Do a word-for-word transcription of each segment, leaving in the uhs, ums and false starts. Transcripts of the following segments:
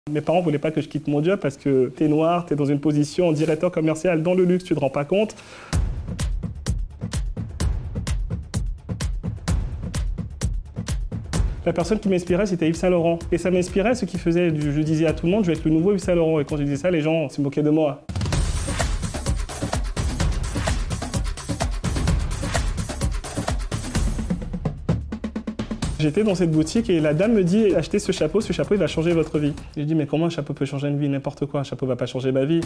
Mes parents ne voulaient pas que je quitte mon job parce que t'es noir, t'es dans une position directeur commercial dans le luxe, tu te rends pas compte. La personne qui m'inspirait, c'était Yves Saint Laurent. Et ça m'inspirait ce qu'il faisait. Je disais à tout le monde, je vais être le nouveau Yves Saint Laurent. Et quand je disais ça, les gens se moquaient de moi. J'étais dans cette boutique et la dame me dit « Achetez ce chapeau, ce chapeau il va changer votre vie ». Je dis « Mais comment un chapeau peut changer une vie? N'importe quoi, un chapeau va pas changer ma vie ».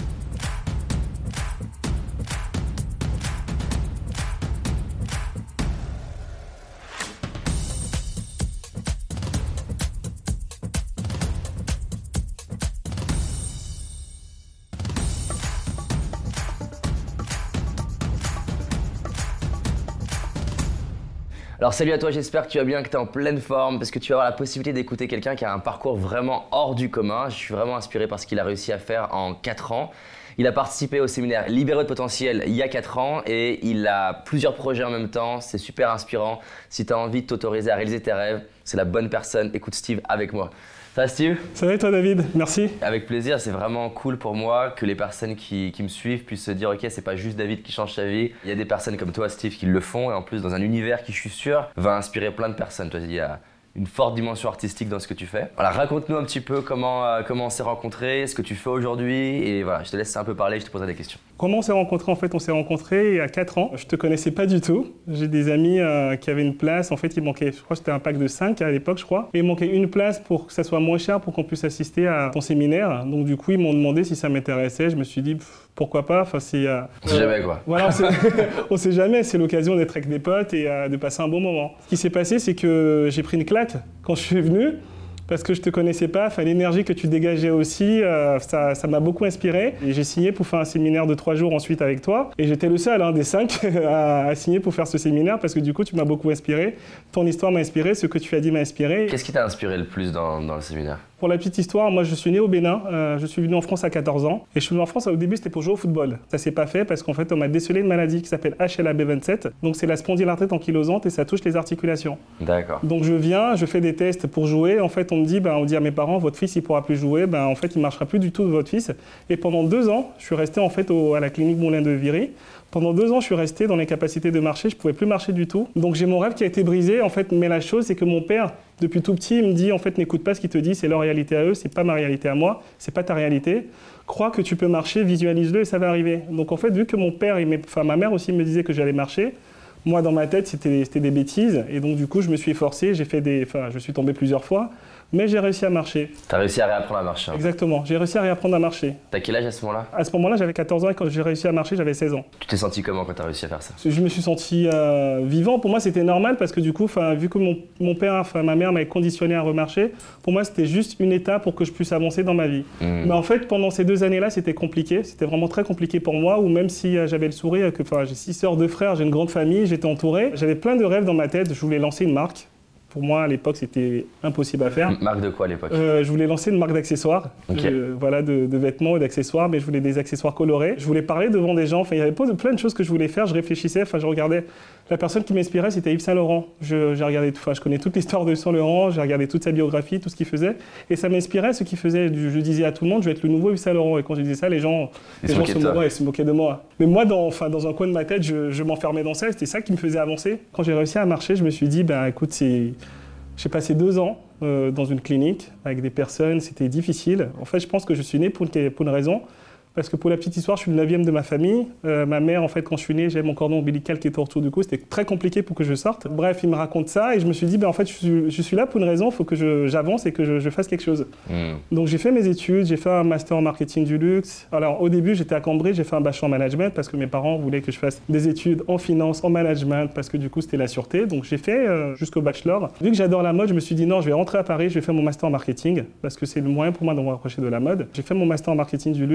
Alors salut à toi, j'espère que tu vas bien, que tu es en pleine forme parce que tu vas avoir la possibilité d'écouter quelqu'un qui a un parcours vraiment hors du commun. Je suis vraiment inspiré par ce qu'il a réussi à faire en quatre ans. Il a participé au séminaire Libéré de potentiel il y a quatre ans et il a plusieurs projets en même temps. C'est super inspirant. Si tu as envie de t'autoriser à réaliser tes rêves, c'est la bonne personne. Écoute Steve avec moi. Ça va Steve? Ça va et toi David? Merci. Avec plaisir, c'est vraiment cool pour moi que les personnes qui, qui me suivent puissent se dire ok, c'est pas juste David qui change sa vie. Il y a des personnes comme toi Steve qui le font et en plus dans un univers qui je suis sûr va inspirer plein de personnes. Toi, il y a une forte dimension artistique dans ce que tu fais. Voilà, raconte-nous un petit peu comment, euh, comment on s'est rencontrés, ce que tu fais aujourd'hui et voilà, je te laisse un peu parler, je te poserai des questions. Comment on s'est rencontrés? En fait, on s'est rencontrés il y a quatre ans. Je te connaissais pas du tout. J'ai des amis euh, qui avaient une place. En fait, il manquait, je crois que c'était un pack de cinq à l'époque, je crois. Et il manquait une place pour que ça soit moins cher pour qu'on puisse assister à ton séminaire. Donc du coup, ils m'ont demandé si ça m'intéressait. Je me suis dit, pff, pourquoi pas. Enfin, c'est, euh, on sait jamais quoi. Voilà, on sait jamais. C'est l'occasion d'être avec des potes et euh, de passer un bon moment. Ce qui s'est passé, c'est que j'ai pris une claque quand je suis venu. Parce que je te connaissais pas, enfin, l'énergie que tu dégageais aussi, euh, ça, ça m'a beaucoup inspiré. Et j'ai signé pour faire un séminaire de trois jours ensuite avec toi. Et j'étais le seul, hein, des cinq, à, à signer pour faire ce séminaire parce que du coup, tu m'as beaucoup inspiré. Ton histoire m'a inspiré, ce que tu as dit m'a inspiré. Qu'est-ce qui t'a inspiré le plus dans, dans le séminaire? Pour la petite histoire, moi je suis né au Bénin, euh, je suis venu en France à quatorze ans. Et je suis venu en France au début, c'était pour jouer au football. Ça s'est pas fait parce qu'en fait, on m'a décelé une maladie qui s'appelle H L A B vingt-sept. Donc c'est la spondylarthrite ankylosante et ça touche les articulations. D'accord. Donc je viens, je fais des tests pour jouer. En fait, on me dit, ben, on dit à mes parents, votre fils il pourra plus jouer. Ben, en fait, il marchera plus du tout de votre fils. Et pendant deux ans, je suis resté en fait au, à la clinique Moulin de Viry. Pendant deux ans, je suis resté dans l'incapacité de marcher, je ne pouvais plus marcher du tout. Donc j'ai mon rêve qui a été brisé, en fait, mais la chose, c'est que mon père, depuis tout petit, il me dit, en fait, n'écoute pas ce qu'il te dit, c'est leur réalité à eux, c'est pas ma réalité à moi, c'est pas ta réalité. Crois que tu peux marcher, visualise-le et ça va arriver. Donc en fait, vu que mon père, et mes, enfin ma mère aussi me disait que j'allais marcher, moi, dans ma tête, c'était, c'était des bêtises. Et donc du coup, je me suis efforcé, j'ai fait des, enfin, je suis tombé plusieurs fois. Mais j'ai réussi à marcher. T'as réussi à réapprendre à marcher. Hein. Exactement, j'ai réussi à réapprendre à marcher. T'as quel âge à ce moment-là? À ce moment-là, j'avais quatorze ans et quand j'ai réussi à marcher, j'avais seize ans. Tu t'es senti comment quand t'as réussi à faire ça? Je me suis senti euh, vivant. Pour moi, c'était normal parce que du coup, vu que mon, mon père, ma mère m'avait conditionné à remarcher, pour moi, c'était juste une étape pour que je puisse avancer dans ma vie. Mmh. Mais en fait, pendant ces deux années-là, c'était compliqué. C'était vraiment très compliqué pour moi, où même si euh, j'avais le sourire, que j'ai six sœurs, deux frères, j'ai une grande famille, j'étais entouré. J'avais plein de rêves dans ma tête. Je voulais lancer une marque. Pour moi, à l'époque, c'était impossible à faire. Marque de quoi à l'époque? euh, Je voulais lancer une marque d'accessoires, okay. euh, voilà, de, de vêtements et d'accessoires, mais je voulais des accessoires colorés. Je voulais parler devant des gens. Enfin, il y avait plein de choses que je voulais faire. Je réfléchissais. Enfin, je regardais. La personne qui m'inspirait, c'était Yves Saint Laurent. Je, j'ai regardé, enfin, je connais toute l'histoire de Saint Laurent. J'ai regardé toute sa biographie, tout ce qu'il faisait, et ça m'inspirait ce qu'il faisait. Je disais à tout le monde, je vais être le nouveau Yves Saint Laurent. Et quand je disais ça, les gens, les gens se, moquaient, se moquaient de moi. Mais moi, dans, enfin, dans un coin de ma tête, je, je m'enfermais dans ça. C'était ça qui me faisait avancer. Quand j'ai réussi à marcher, je me suis dit, ben, écoute, c'est j'ai passé deux ans euh, dans une clinique avec des personnes, c'était difficile. En fait, je pense que je suis né pour une, pour une raison. Parce que pour la petite histoire, je suis le neuvième de ma famille. Euh, ma mère, en fait, quand je suis né, j'avais mon cordon ombilical qui était autour du cou. C'était très compliqué pour que je sorte. Bref, il me raconte ça et je me suis dit, ben, en fait, je suis, je suis là pour une raison. Il faut que je, j'avance et que je, je fasse quelque chose. Mmh. Donc, j'ai fait mes études. J'ai fait un master en marketing du luxe. Alors, au début, j'étais à Cambridge. J'ai fait un bachelor en management parce que mes parents voulaient que je fasse des études en finance, en management, parce que du coup, c'était la sûreté. Donc, j'ai fait euh, jusqu'au bachelor. Vu que j'adore la mode, je me suis dit, non, je vais rentrer à Paris. Je vais faire mon master en marketing parce que c'est le moyen pour moi de me rapprocher de la mode. J'ai fait mon master en marketing du luxe. J'ai travaillé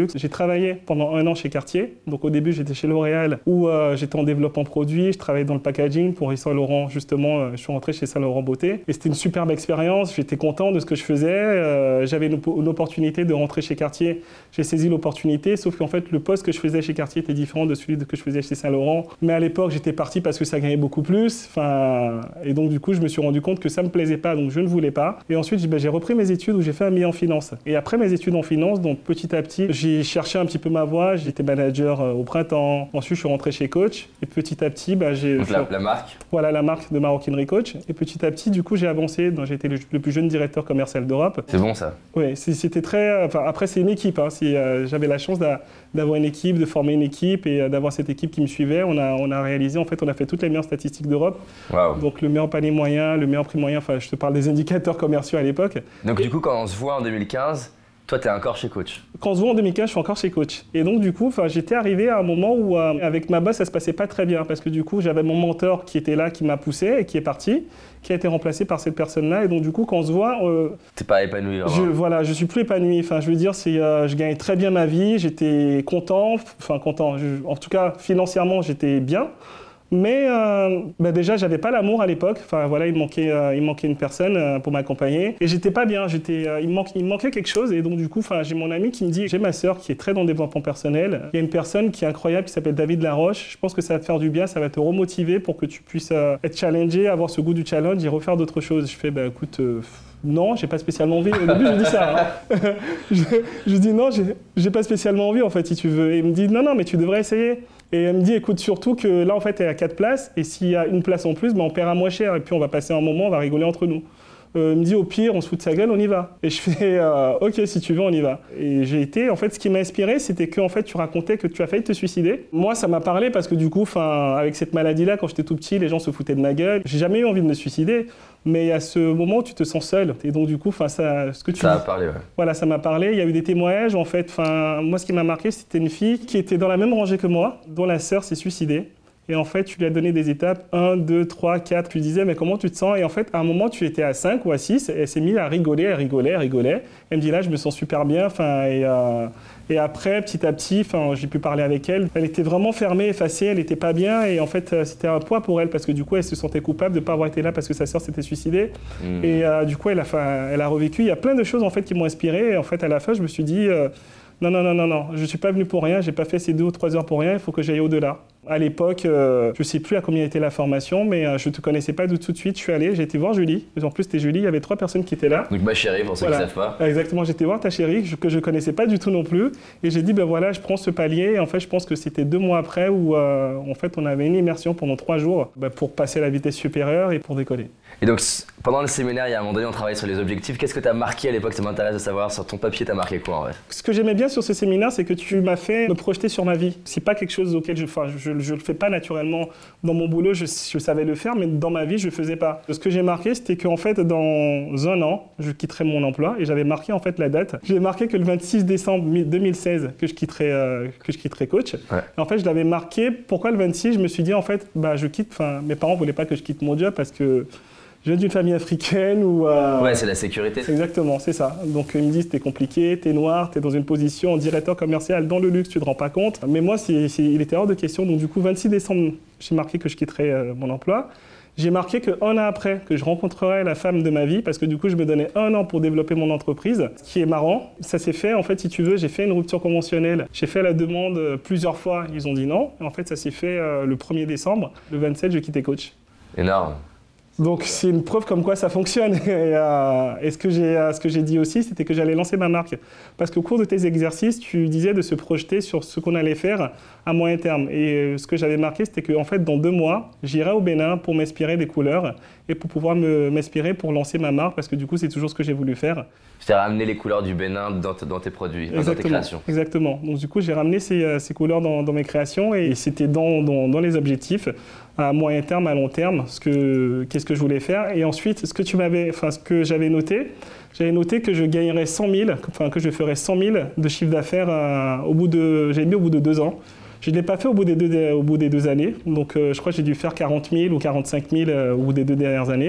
travaillé pendant un an chez Cartier. Donc au début, j'étais chez L'Oréal où euh, j'étais en développement produit, je travaillais dans le packaging pour Yves Saint Laurent. Justement, euh, je suis rentré chez Saint Laurent Beauté et c'était une superbe expérience. J'étais content de ce que je faisais. Euh, j'avais une, une opportunité de rentrer chez Cartier. J'ai saisi l'opportunité, sauf qu'en fait, le poste que je faisais chez Cartier était différent de celui que je faisais chez Saint Laurent. Mais à l'époque, j'étais parti parce que ça gagnait beaucoup plus. Enfin, et donc du coup, je me suis rendu compte que ça me plaisait pas, donc je ne voulais pas. Et ensuite, ben, j'ai repris mes études où j'ai fait un M B A en finance. Et après mes études en finance, donc petit à petit, j'ai cherché un petit peu ma voie. J'étais manager euh, au printemps. Ensuite, je suis rentré chez Coach. Et petit à petit, ben, j'ai... Donc la, la marque. Voilà, la marque de maroquinerie Coach. Et petit à petit, du coup, j'ai avancé. Donc, j'ai été le, le plus jeune directeur commercial d'Europe. C'est bon ça. Oui, c'était très... Enfin, après, c'est une équipe. Hein. Si, euh, j'avais la chance d'avoir une équipe, de former une équipe et euh, d'avoir cette équipe qui me suivait. On a, on a réalisé, en fait, on a fait toutes les meilleures statistiques d'Europe. Wow. Donc, le meilleur panier moyen, le meilleur prix moyen. Enfin, je te parle des indicateurs commerciaux à l'époque. Donc, et, du coup, quand on se voit en deux mille quinze, toi, tu es encore chez Coach. Quand on se voit en deux mille quinze, je suis encore chez Coach. Et donc, du coup, j'étais arrivé à un moment où, euh, avec ma boss, ça se passait pas très bien. Parce que du coup, j'avais mon mentor qui était là, qui m'a poussé et qui est parti, qui a été remplacé par cette personne-là. Et donc, du coup, quand on se voit... Euh, T'es pas épanoui, vraiment. Je, voilà, je suis plus épanoui. Enfin, je veux dire, c'est, euh, je gagnais très bien ma vie. J'étais content. Enfin, content. Je, en tout cas, financièrement, j'étais bien. Mais euh, bah déjà, j'avais pas l'amour à l'époque. Enfin voilà, il manquait, euh, il manquait une personne euh, pour m'accompagner. Et j'étais pas bien. J'étais, euh, il, me manque, il me manquait quelque chose. Et donc du coup, j'ai mon ami qui me dit, j'ai ma sœur qui est très dans le développement personnel. Il y a une personne qui est incroyable qui s'appelle David Laroche. Je pense que ça va te faire du bien, ça va te remotiver pour que tu puisses euh, être challengé, avoir ce goût du challenge et refaire d'autres choses. Je fais, bah écoute. Euh, Non, j'ai pas spécialement envie. Au début, je dis ça. Hein. je, je dis non, j'ai, j'ai pas spécialement envie en fait, si tu veux. Et il me dit non, non, mais tu devrais essayer. Et elle me dit écoute, surtout que là en fait, elle est à quatre places et s'il y a une place en plus, ben, on paiera moins cher et puis on va passer un moment, on va rigoler entre nous. Euh, il me dit au pire, on se fout de sa gueule, on y va. Et je fais euh, ok, si tu veux, on y va. Et j'ai été, en fait, ce qui m'a inspiré, c'était que en fait, tu racontais que tu as failli te suicider. Moi, ça m'a parlé parce que du coup, avec cette maladie-là, quand j'étais tout petit, les gens se foutaient de ma gueule. J'ai jamais eu envie de me suicider. Mais il y a ce moment où tu te sens seul. Et donc, du coup, ça, ce que tu ça dis, a parlé, ouais. Voilà, ça m'a parlé. Il y a eu des témoignages, en fait. Moi, ce qui m'a marqué, c'était une fille qui était dans la même rangée que moi, dont la sœur s'est suicidée. Et en fait, tu lui as donné des étapes, un, deux, trois, quatre. Tu lui disais, mais comment tu te sens? Et en fait, à un moment, tu étais à cinq ou à six. Et elle s'est mise à rigoler, elle rigolait, elle rigolait. Elle me dit, là, je me sens super bien. Enfin, et, euh, et après, petit à petit, j'ai pu parler avec elle. Elle était vraiment fermée, effacée, elle n'était pas bien. Et en fait, c'était un poids pour elle parce que du coup, elle se sentait coupable de ne pas avoir été là parce que sa sœur s'était suicidée. Mmh. Et euh, du coup, elle a, elle a revécu. Il y a plein de choses en fait, qui m'ont inspiré. Et en fait, à la fin, je me suis dit... Euh, Non, non, non, non, non, je ne suis pas venu pour rien, je n'ai pas fait ces deux ou trois heures pour rien, il faut que j'aille au-delà. À l'époque, euh, je ne sais plus à combien était la formation, mais euh, je ne te connaissais pas de tout de suite, je suis allé, j'ai été voir Julie. En plus, c'était Julie, il y avait trois personnes qui étaient là. Donc ma chérie, pour ceux voilà. qui ne savent pas. Exactement, j'étais voir ta chérie, que je ne connaissais pas du tout non plus. Et j'ai dit, ben voilà, je prends ce palier. Et en fait, je pense que c'était deux mois après où euh, en fait, on avait une immersion pendant trois jours ben, pour passer à la vitesse supérieure et pour décoller. Et donc, pendant le séminaire, il y a un moment donné, on travaille sur les objectifs. Qu'est-ce que tu as marqué à l'époque? Ça m'intéresse de savoir. Sur ton papier, tu as marqué quoi en fait? Ce que j'aimais bien sur ce séminaire, c'est que tu m'as fait me projeter sur ma vie. C'est pas quelque chose auquel je ne je, je le fais pas naturellement. Dans mon boulot, je, je savais le faire, mais dans ma vie, je le faisais pas. Ce que j'ai marqué, c'était qu'en fait, dans un an, je quitterai mon emploi et j'avais marqué en fait la date. J'ai marqué que le vingt-six décembre deux mille seize, que je quitterai, euh, que je quitterai Coach. Ouais. Et en fait, je l'avais marqué. Pourquoi le vingt-six? Je me suis dit, en fait, bah, je quitte. Enfin, mes parents voulaient pas que je quitte mon job parce que je viens d'une famille africaine où... Euh, ouais, c'est la sécurité. C'est exactement, c'est ça. Donc ils me disent, t'es compliqué, t'es noir, t'es dans une position en directeur commercial dans le luxe, tu te rends pas compte. Mais moi, c'est, c'est, il était hors de question. Donc du coup, vingt-six décembre, j'ai marqué que je quitterais euh, mon emploi. J'ai marqué qu'un an après, que je rencontrerais la femme de ma vie, parce que du coup, je me donnais un an pour développer mon entreprise. Ce qui est marrant, ça s'est fait, en fait, si tu veux, j'ai fait une rupture conventionnelle. J'ai fait la demande euh, plusieurs fois, ils ont dit non. Et en fait, ça s'est fait euh, le premier décembre. Le vingt-sept, je quittais Coach. Énorme. Donc c'est une preuve comme quoi ça fonctionne. Et, euh, et ce que j'ai, euh, ce que j'ai dit aussi, c'était que j'allais lancer ma marque. Parce qu'au cours de tes exercices, tu disais de se projeter sur ce qu'on allait faire à moyen terme. Et euh, ce que j'avais marqué, c'était qu'en fait, dans deux mois, j'irai au Bénin pour m'inspirer des couleurs et pour pouvoir me, m'inspirer pour lancer ma marque, parce que du coup, c'est toujours ce que j'ai voulu faire. Tu as ramené les couleurs du Bénin dans, t- dans tes produits, dans tes créations. Exactement. Donc du coup, j'ai ramené ces, ces couleurs dans, dans mes créations et c'était dans, dans, dans les objectifs. À moyen terme, à long terme, ce que, qu'est-ce que je voulais faire. Et ensuite, ce que, tu m'avais, enfin, ce que j'avais noté, j'avais noté que je gagnerais cent mille, enfin que je ferais cent mille de chiffre d'affaires euh, au bout de, j'avais mis au bout de deux ans. Je ne l'ai pas fait au bout des deux, au bout des deux années. Donc euh, je crois que j'ai dû faire quarante mille ou quarante-cinq mille euh, au bout des deux dernières années.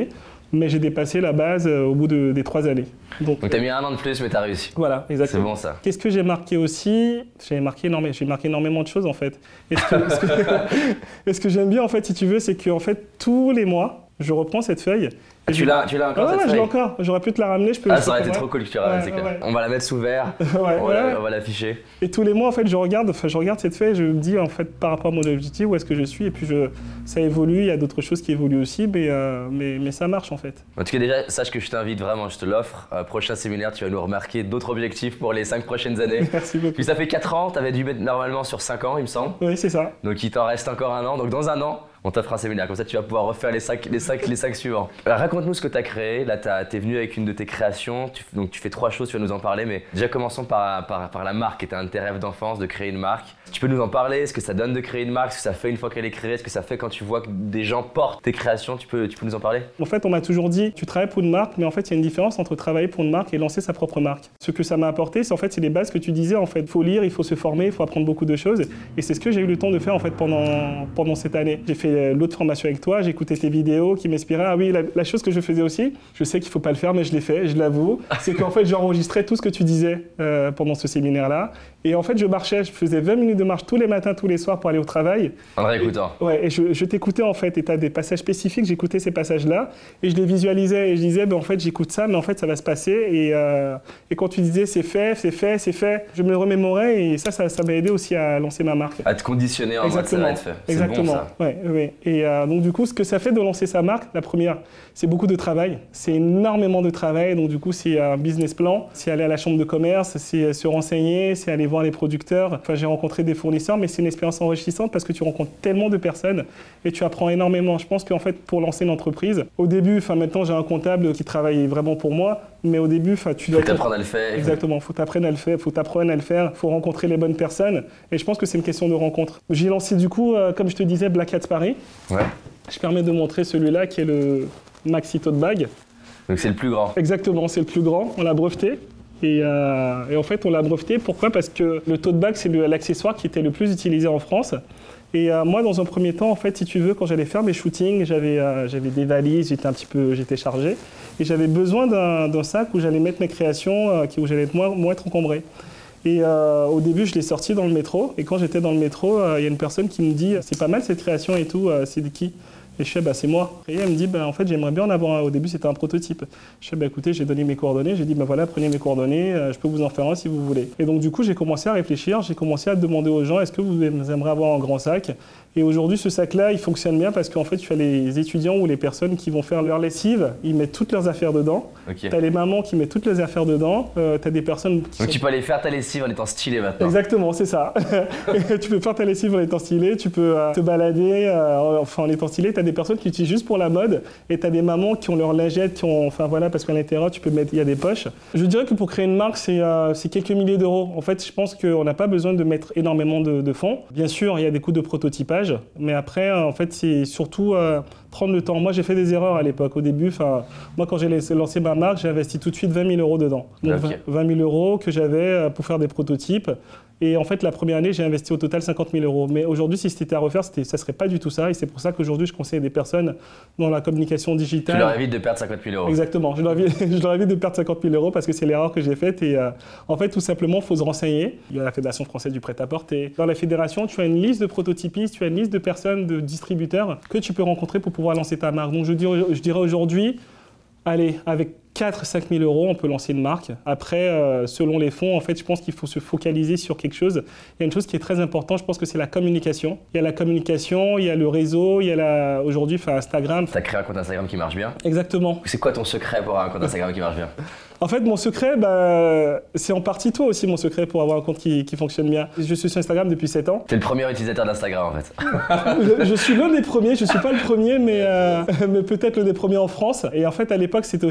mais j'ai dépassé la base euh, au bout de, des trois années. Donc, Donc tu as mis un an de plus, mais tu as réussi. Voilà, exactement. C'est bon ça. Qu'est-ce que j'ai marqué aussi? J'ai marqué, énormément, j'ai marqué énormément de choses en fait. Et ce que, ce que, ce que j'aime bien en fait, si tu veux, c'est que en fait, tous les mois, je reprends cette feuille. Ah, tu l'as, tu l'as encore ah, cette ouais, feuille? je l'ai encore. J'aurais pu te la ramener. Je peux. Ah, ça aurait été trop cool que tu la ramènes, ouais, c'est clair. Ouais. On va la mettre sous verre. ouais, on, ouais. la, on va l'afficher. Et tous les mois, en fait, je regarde, enfin, je regarde cette feuille, je me dis en fait par rapport à mon objectif où est-ce que je suis, et puis je, ça évolue. Il y a d'autres choses qui évoluent aussi, mais, euh, mais, mais ça marche en fait. En tout cas, déjà, sache que je t'invite vraiment, je te l'offre. Euh, prochain séminaire, tu vas nous remarquer d'autres objectifs pour les cinq prochaines années. Merci beaucoup. Puis ça fait quatre ans, tu avais dû mettre normalement sur cinq ans, il me semble. Oui, c'est ça. Donc il t'en reste encore un an. Donc dans un an, on t'offre un séminaire, comme ça tu vas pouvoir refaire les cinq, les cinq, les cinq suivants. Alors, raconte-nous ce que tu as créé. Là, tu es venu avec une de tes créations. Tu, donc tu fais trois choses, tu vas nous en parler. Mais déjà, commençons par, par, par la marque, qui était un de tes rêves d'enfance, de créer une marque. Tu peux nous en parler? Ce que ça donne de créer une marque? Ce que ça fait une fois qu'elle est créée? Ce que ça fait quand tu vois que des gens portent tes créations? Tu peux, tu peux nous en parler? En fait, on m'a toujours dit, tu travailles pour une marque, mais en fait, il y a une différence entre travailler pour une marque et lancer sa propre marque. Ce que ça m'a apporté, c'est en fait, c'est les bases que tu disais. En fait, il faut lire, il faut se former, il faut apprendre beaucoup de choses. Et c'est ce que j'ai eu le temps de faire en fait pendant, pendant cette année. J'ai fait l'autre formation avec toi, j'ai écouté tes vidéos qui m'inspiraient. Ah oui, la, la chose que je faisais aussi, je sais qu'il ne faut pas le faire, mais je l'ai fait, je l'avoue, c'est qu'en fait, j'enregistrais tout ce que tu disais euh, pendant ce séminaire-là. Et en fait, je marchais, je faisais vingt minutes de marche tous les matins, tous les soirs pour aller au travail. En réécoutant. Et, ouais, et je, je t'écoutais en fait, et tu as des passages spécifiques, j'écoutais ces passages-là, et je les visualisais, et je disais, ben, en fait, j'écoute ça, mais en fait, ça va se passer. Et, euh, et quand tu disais, c'est fait, c'est fait, c'est fait, je me le remémorais, et ça, ça, ça m'a aidé aussi à lancer ma marque. À te conditionner en mode ça va être fait. Exactement. Bon, ça. Ouais, ouais. Et euh, donc, du coup, ce que ça fait de lancer sa marque, la première, c'est beaucoup de travail. C'est énormément de travail. Donc, du coup, c'est un business plan, c'est aller à la chambre de commerce, c'est se renseigner, c'est aller voir les producteurs. Enfin, j'ai rencontré des fournisseurs, mais c'est une expérience enrichissante parce que tu rencontres tellement de personnes et tu apprends énormément. Je pense qu'en fait, pour lancer une entreprise, au début, enfin maintenant j'ai un comptable qui travaille vraiment pour moi, mais au début, enfin tu dois. Faut t'apprendre à le faire. Exactement, faut t'apprendre à le faire, faut t'apprendre à le faire, faut rencontrer les bonnes personnes. Et je pense que c'est une question de rencontre. J'ai lancé du coup, euh, comme je te disais, Black Hats Paris. Ouais. Je permets de montrer celui-là qui est le Maxi Tote Bag. Donc c'est le plus grand. Exactement, c'est le plus grand. On l'a breveté. Et, euh, et en fait, on l'a breveté. Pourquoi? Parce que le tote bag, c'est l'accessoire qui était le plus utilisé en France. Et euh, moi, dans un premier temps, en fait, si tu veux, quand j'allais faire mes shootings, j'avais euh, j'avais des valises, j'étais un petit peu, j'étais chargé. Et j'avais besoin d'un sac où j'allais mettre mes créations, euh, où j'allais être moins, moins être encombré. Et euh, au début, je l'ai sorti dans le métro. Et quand j'étais dans le métro, il euh, y a une personne qui me dit « C'est pas mal cette création et tout, euh, c'est de qui ?» Et je fais, bah, c'est moi. Et elle me dit, bah, en fait, j'aimerais bien en avoir un. Au début, c'était un prototype. Je fais, bah, écoutez, j'ai donné mes coordonnées. J'ai dit, bah, voilà, prenez mes coordonnées, euh, je peux vous en faire un si vous voulez. Et donc, du coup, j'ai commencé à réfléchir. J'ai commencé à demander aux gens, est-ce que vous aimeriez avoir un grand sac? Et aujourd'hui, ce sac-là, il fonctionne bien parce qu'en fait, tu as les étudiants ou les personnes qui vont faire leur lessive, ils mettent toutes leurs affaires dedans. Okay. Tu as les mamans qui mettent toutes leurs affaires dedans. Euh, tu as des personnes qui Donc, sont... tu peux aller faire ta lessive en étant stylé maintenant. Exactement, c'est ça. Tu peux faire ta lessive en étant stylé, tu peux euh, te balader euh, enfin, en étant stylé. Tu as des personnes qui utilisent juste pour la mode et tu as des mamans qui ont leur lingette, qui ont, enfin voilà, parce qu'à l'intérieur, tu peux mettre, il y a des poches. Je dirais que pour créer une marque, c'est euh, quelques milliers d'euros. En fait, je pense qu'on n'a pas besoin de mettre énormément de, de fonds. Bien sûr, il y a des coûts de prototypage, mais après, en fait, c'est surtout euh, prendre le temps. Moi, j'ai fait des erreurs à l'époque. Au début, moi, quand j'ai lancé ma marque, j'ai investi tout de suite vingt mille euros dedans. Donc, okay. vingt mille euros que j'avais pour faire des prototypes. Et en fait, la première année, j'ai investi au total cinquante mille euros. Mais aujourd'hui, si c'était à refaire, ça ne serait pas du tout ça. Et c'est pour ça qu'aujourd'hui, je conseille des personnes dans la communication digitale. Tu leur évites de perdre cinquante mille euros. Exactement. Je leur évite, je leur évite de perdre cinquante mille euros parce que c'est l'erreur que j'ai faite. Et euh, en fait, tout simplement, il faut se renseigner. Il y a la Fédération française du prêt-à-porter. Dans la fédération, tu as une liste de prototypistes, tu as une liste de personnes, de distributeurs que tu peux rencontrer pour pouvoir lancer ta marque. Donc, je dirais, je dirais aujourd'hui, allez, avec quatre à cinq mille euros, on peut lancer une marque. Après, euh, selon les fonds, en fait, je pense qu'il faut se focaliser sur quelque chose. Il y a une chose qui est très importante, je pense que c'est la communication. Il y a la communication, il y a le réseau, il y a la... aujourd'hui, enfin, Instagram. Tu as créé un compte Instagram qui marche bien? Exactement. C'est quoi ton secret pour avoir un compte Instagram qui marche bien? En fait, mon secret, bah, c'est en partie toi aussi, mon secret pour avoir un compte qui, qui fonctionne bien. Je suis sur Instagram depuis sept ans. Tu es le premier utilisateur d'Instagram, en fait. je, je suis l'un des premiers, je ne suis pas le premier, mais, euh, mais peut-être l'un des premiers en France. Et en fait, à l'époque, c'était aussi par hasard.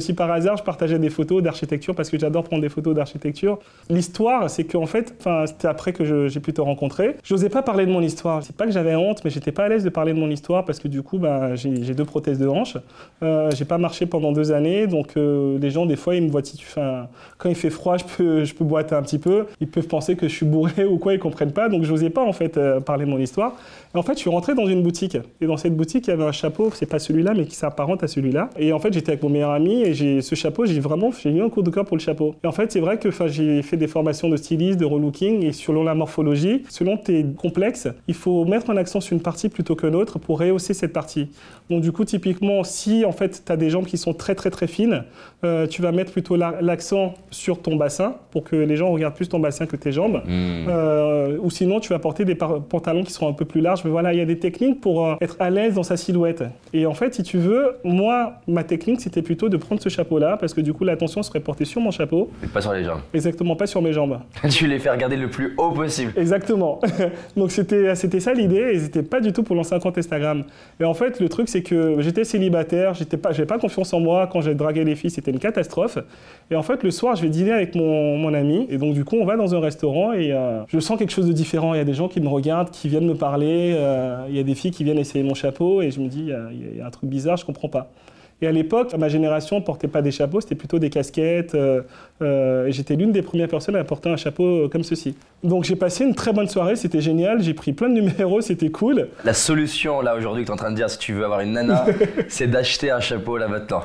bizarre, je partageais des photos d'architecture parce que j'adore prendre des photos d'architecture. L'histoire, c'est qu'en fait, c'était après que j'ai pu te rencontrer. Je n'osais pas parler de mon histoire. C'est pas que j'avais honte, mais j'étais pas à l'aise de parler de mon histoire parce que du coup, bah, j'ai deux prothèses de hanche. Euh, j'ai pas marché pendant deux années, donc euh, les gens, des fois, ils me voient, enfin, quand il fait froid, je peux, je peux boiter un petit peu. Ils peuvent penser que je suis bourré ou quoi, ils comprennent pas, donc je n'osais pas en fait euh, parler de mon histoire. Et en fait, je suis rentré dans une boutique. Et dans cette boutique, il y avait un chapeau, c'est pas celui-là, mais qui s'apparente à celui-là. Et en fait, j'étais avec mon meilleur ami et j'ai ce chapeau, j'ai vraiment j'ai eu un coup de cœur pour le chapeau. Et en fait, c'est vrai que j'ai fait des formations de styliste, de relooking, et selon la morphologie, selon tes complexes, il faut mettre un accent sur une partie plutôt que l'autre pour rehausser cette partie. Donc du coup, typiquement, si en fait, tu as des jambes qui sont très très très fines, euh, tu vas mettre plutôt l'accent sur ton bassin pour que les gens regardent plus ton bassin que tes jambes. Mmh. Euh, ou sinon, tu vas porter des pantalons qui seront un peu plus larges. Mais voilà, il y a des techniques pour euh, être à l'aise dans sa silhouette. Et en fait, si tu veux, moi, ma technique, c'était plutôt de prendre ce chapeau-là parce que du coup, l'attention serait portée sur mon chapeau. Et pas sur les jambes. Exactement, pas sur mes jambes. Tu les fais regarder le plus haut possible. Exactement. Donc c'était ça l'idée et c'était pas du tout pour lancer un compte Instagram. Et en fait, le truc, c'est que j'étais célibataire, j'étais pas, j'avais pas confiance en moi. Quand j'ai dragué les filles, c'était une catastrophe. Et en fait, le soir, je vais dîner avec mon, mon ami. Et donc, du coup, on va dans un restaurant et euh, je sens quelque chose de différent. Il y a des gens qui me regardent, qui viennent me parler. Euh, il y a des filles qui viennent essayer mon chapeau et je me dis, il y a, il y a un truc bizarre, je comprends pas. Et à l'époque, ma génération ne portait pas des chapeaux, c'était plutôt des casquettes. Euh, euh, et j'étais l'une des premières personnes à porter un chapeau comme ceci. Donc j'ai passé une très bonne soirée, c'était génial, j'ai pris plein de numéros, c'était cool. La solution là aujourd'hui que tu es en train de dire, si tu veux avoir une nana, c'est d'acheter un chapeau là maintenant.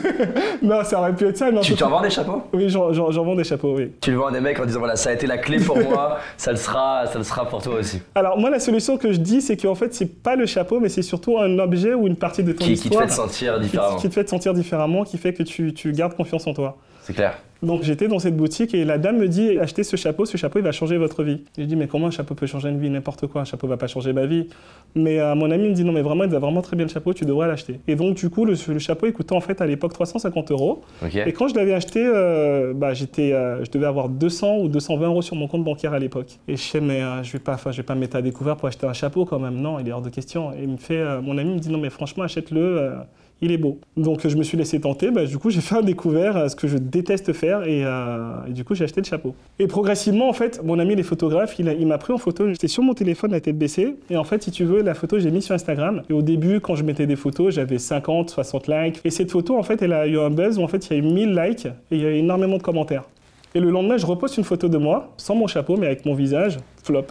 Non, ça aurait pu être ça. Non, tu en vends des chapeaux? Oui, j'en vends des chapeaux, oui. Tu le vends à des mecs en disant voilà, ça a été la clé pour moi, ça le sera, ça le sera pour toi aussi. Alors moi, la solution que je dis, c'est qu'en fait, c'est pas le chapeau, mais c'est surtout un objet ou une partie de ton qui, histoire. Qui te fait te sentir différemment. Qui, qui te fait te sentir différemment, qui fait que tu, tu gardes confiance en toi. C'est clair. Donc j'étais dans cette boutique et la dame me dit « Achetez ce chapeau, ce chapeau il va changer votre vie ». Je dis « Mais comment un chapeau peut changer une vie? N'importe quoi, un chapeau va pas changer ma vie ». Mais euh, mon ami me dit « Non mais vraiment, il va vraiment très bien le chapeau, tu devrais l'acheter ». Et donc du coup, le, le chapeau il coûtait en fait à l'époque trois cent cinquante euros. Okay. Et quand je l'avais acheté, euh, bah, j'étais, euh, je devais avoir deux cents ou deux cent vingt euros sur mon compte bancaire à l'époque. Et je sais « Mais euh, je vais pas, je vais pas me mettre à découvert pour acheter un chapeau quand même, non, il est hors de question ». Et il me fait, euh, mon ami me dit « Non mais franchement, achète-le ». Euh, il est beau. Donc je me suis laissé tenter, bah, du coup j'ai fait un découvert, euh, ce que je déteste faire, et, euh, et du coup j'ai acheté le chapeau. Et progressivement, en fait, mon ami il est photographe, il, il m'a pris en photo, j'étais sur mon téléphone la tête baissée, et en fait, si tu veux, la photo j'ai mis sur Instagram, et au début, quand je mettais des photos, j'avais cinquante, soixante likes, et cette photo, en fait, elle a eu un buzz où en fait il y a eu mille likes, et il y a eu énormément de commentaires. Et le lendemain, je reposte une photo de moi, sans mon chapeau, mais avec mon visage, flop.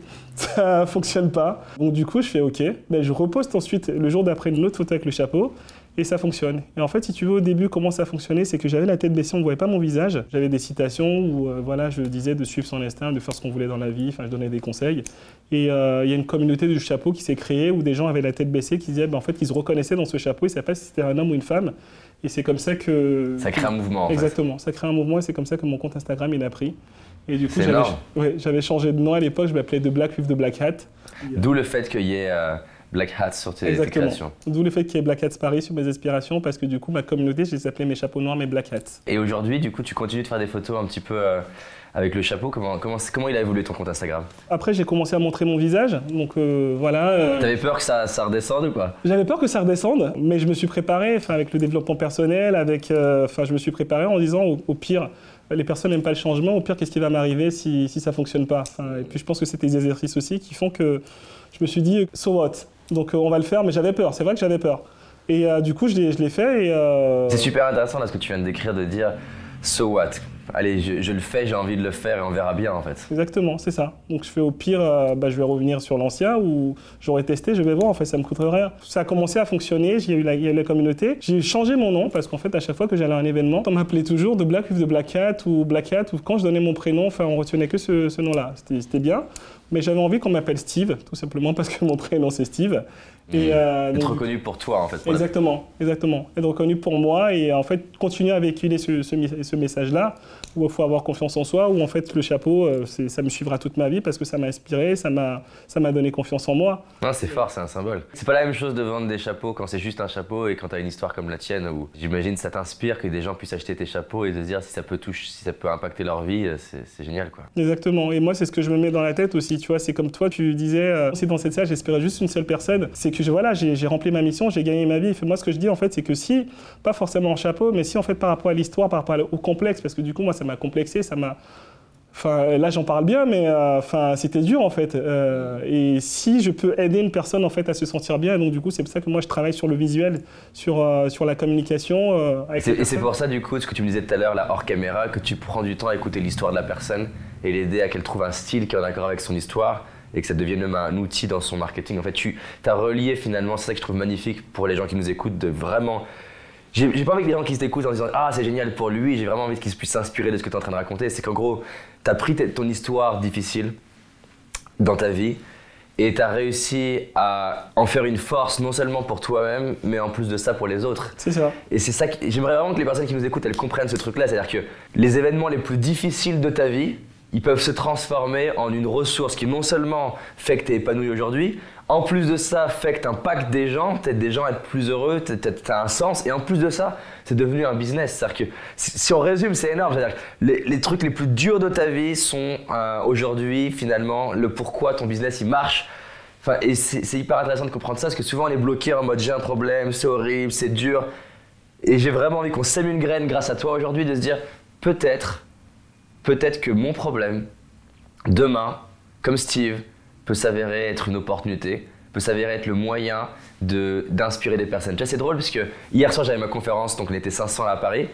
Ça fonctionne pas. Donc du coup, je fais OK. Ben, je reposte ensuite, le jour d'après, une autre photo avec le chapeau, et ça fonctionne. Et en fait, si tu veux, au début, comment ça fonctionnait, c'est que j'avais la tête baissée, on ne voyait pas mon visage. J'avais des citations où euh, voilà, je disais de suivre son instinct, de faire ce qu'on voulait dans la vie, enfin, je donnais des conseils. Et euh, il y a une communauté du chapeau qui s'est créée, où des gens avaient la tête baissée, qui disaient ben, en fait, qu'ils se reconnaissaient dans ce chapeau, ils ne savaient pas si c'était un homme ou une femme. Et c'est comme ça que... Ça crée un mouvement, en fait. Exactement, ça crée un mouvement, et c'est comme ça que mon compte Instagram, il a pris. Et du coup, j'avais ouais, changé de nom à l'époque, je m'appelais The Black with the Black Hat. D'où le fait qu'il y ait euh, Black Hat sur tes, tes créations. D'où le fait qu'il y ait Black Hats Paris sur mes aspirations, parce que du coup, ma communauté, je les appelais mes chapeaux noirs, mes Black Hats. Et aujourd'hui, du coup, tu continues de faire des photos un petit peu euh, avec le chapeau. Comment, comment, comment il a évolué ton compte Instagram? Après, j'ai commencé à montrer mon visage, donc euh, voilà. Euh... T'avais peur que ça, ça redescende ou quoi? J'avais peur que ça redescende, mais je me suis préparé, avec le développement personnel, avec, euh, je me suis préparé en disant, au, au pire, les personnes n'aiment pas le changement, au pire, qu'est-ce qui va m'arriver si, si ça ne fonctionne pas? Enfin, et puis je pense que c'est des exercices aussi qui font que je me suis dit, so what? Donc euh, on va le faire, mais j'avais peur, c'est vrai que j'avais peur. Et euh, du coup, je l'ai fait. Et euh... C'est super intéressant là ce que tu viens de décrire, de dire, so what? Allez, je, je le fais, j'ai envie de le faire et on verra bien en fait. Exactement, c'est ça. Donc je fais au pire, euh, bah, je vais revenir sur l'ancien ou j'aurais testé, je vais voir, en fait ça me coûterait rien. Ça a commencé à fonctionner, il y a eu la, il y a eu la communauté. J'ai changé mon nom parce qu'en fait à chaque fois que j'allais à un événement, on m'appelait toujours The Black with the Black Hat ou Black Hat, ou quand je donnais mon prénom, enfin on retenait que ce, ce nom-là. C'était bien. Mais j'avais envie qu'on m'appelle Steve, tout simplement parce que mon prénom c'est Steve. Et euh, être donc, reconnu pour toi en fait. Pour exactement, la... exactement. Être reconnu pour moi et en fait continuer à véhiculer ce, ce, ce message-là. où il faut avoir confiance en soi, où en fait le chapeau, euh, c'est, ça me suivra toute ma vie parce que ça m'a inspiré, ça m'a, ça m'a donné confiance en moi. Non, c'est fort, c'est un symbole. C'est pas la même chose de vendre des chapeaux quand c'est juste un chapeau et quand t'as une histoire comme la tienne où j'imagine ça t'inspire que des gens puissent acheter tes chapeaux et se dire si ça peut toucher, si ça peut impacter leur vie, c'est, c'est génial quoi. Exactement, et moi c'est ce que je me mets dans la tête aussi, tu vois, c'est comme toi tu disais, euh, c'est dans cette salle j'espérais juste une seule personne, c'est que je, voilà, j'ai, j'ai rempli ma mission, j'ai gagné ma vie, et moi ce que je dis en fait c'est que si, pas forcément en chapeau, mais si en fait par rapport à l'histoire, par rapport au complexe, parce que du coup moi ça m'a complexé, ça m'a... Enfin, là j'en parle bien, mais euh, enfin, c'était dur en fait. Euh, et si je peux aider une personne en fait à se sentir bien, donc du coup c'est pour ça que moi je travaille sur le visuel, sur, euh, sur la communication. Euh, avec et c'est pour ça du coup, ce que tu me disais tout à l'heure, là hors caméra, que tu prends du temps à écouter l'histoire de la personne et l'aider à qu'elle trouve un style qui est en accord avec son histoire et que ça devienne même un outil dans son marketing. En fait, tu as relié finalement, c'est ça que je trouve magnifique pour les gens qui nous écoutent, de vraiment... J'ai, j'ai pas envie que les gens qui t'écoutent en disant « Ah, c'est génial pour lui », j'ai vraiment envie qu'ils puissent s'inspirer de ce que tu es en train de raconter. C'est qu'en gros, tu as pris ton histoire difficile dans ta vie et tu as réussi à en faire une force non seulement pour toi-même, mais en plus de ça pour les autres. C'est ça. Et c'est ça que j'aimerais vraiment que les personnes qui nous écoutent, elles comprennent ce truc-là. C'est-à-dire que les événements les plus difficiles de ta vie, ils peuvent se transformer en une ressource qui non seulement fait que tu es épanoui aujourd'hui, en plus de ça, fait que tu impactes des gens, peut-être des gens être plus heureux, tu as un sens. Et en plus de ça, c'est devenu un business. C'est-à-dire que si on résume, c'est énorme. C'est-à-dire que les, les trucs les plus durs de ta vie sont euh, aujourd'hui, finalement, le pourquoi ton business il marche. Enfin, et c'est, c'est hyper intéressant de comprendre ça parce que souvent on est bloqué en mode j'ai un problème, c'est horrible, c'est dur. Et j'ai vraiment envie qu'on sème une graine grâce à toi aujourd'hui de se dire peut-être, peut-être que mon problème, demain, comme Steve, peut s'avérer être une opportunité, peut s'avérer être le moyen de, d'inspirer des personnes. Tu vois, c'est drôle parce que hier soir j'avais ma conférence, donc on était cinq cents à Paris,